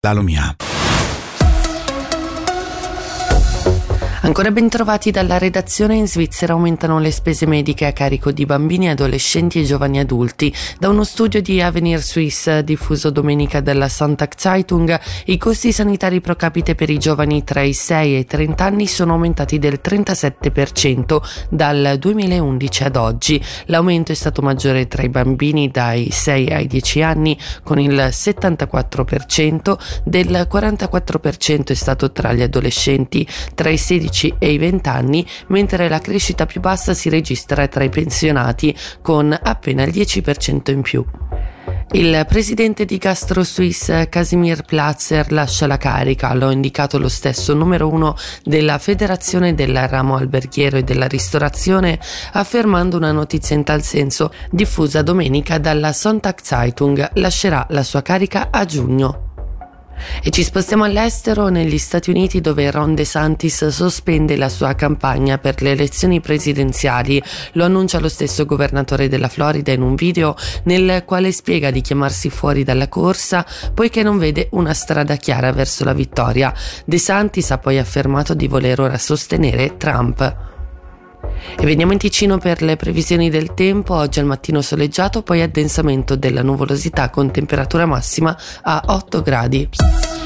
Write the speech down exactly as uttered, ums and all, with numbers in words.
La Lumia. Ancora ben trovati dalla redazione. In Svizzera aumentano le spese mediche a carico di bambini, adolescenti e giovani adulti. Da uno studio di Avenir Suisse diffuso domenica dalla Sonntag Zeitung, i costi sanitari pro capite per i giovani tra i sei e i trenta anni sono aumentati del trentasette per cento dal duemilaundici ad oggi. L'aumento è stato maggiore tra i bambini dai sei ai dieci anni con il settantaquattro per cento, del quarantaquattro per cento è stato tra gli adolescenti tra i sedici e i venti anni, mentre la crescita più bassa si registra tra i pensionati con appena il dieci per cento in più. Il presidente di Gastro Suisse, Casimir Platzer, lascia la carica. Lo ha indicato lo stesso numero uno della Federazione del ramo alberghiero e della ristorazione, affermando una notizia in tal senso diffusa domenica dalla Sonntag Zeitung. Lascerà la sua carica a giugno. E ci spostiamo all'estero, negli Stati Uniti, dove Ron DeSantis sospende la sua campagna per le elezioni presidenziali. Lo annuncia lo stesso governatore della Florida in un video nel quale spiega di chiamarsi fuori dalla corsa poiché non vede una strada chiara verso la vittoria. DeSantis ha poi affermato di voler ora sostenere Trump. E veniamo in Ticino per le previsioni del tempo. Oggi al mattino soleggiato, poi addensamento della nuvolosità con temperatura massima a otto gradi.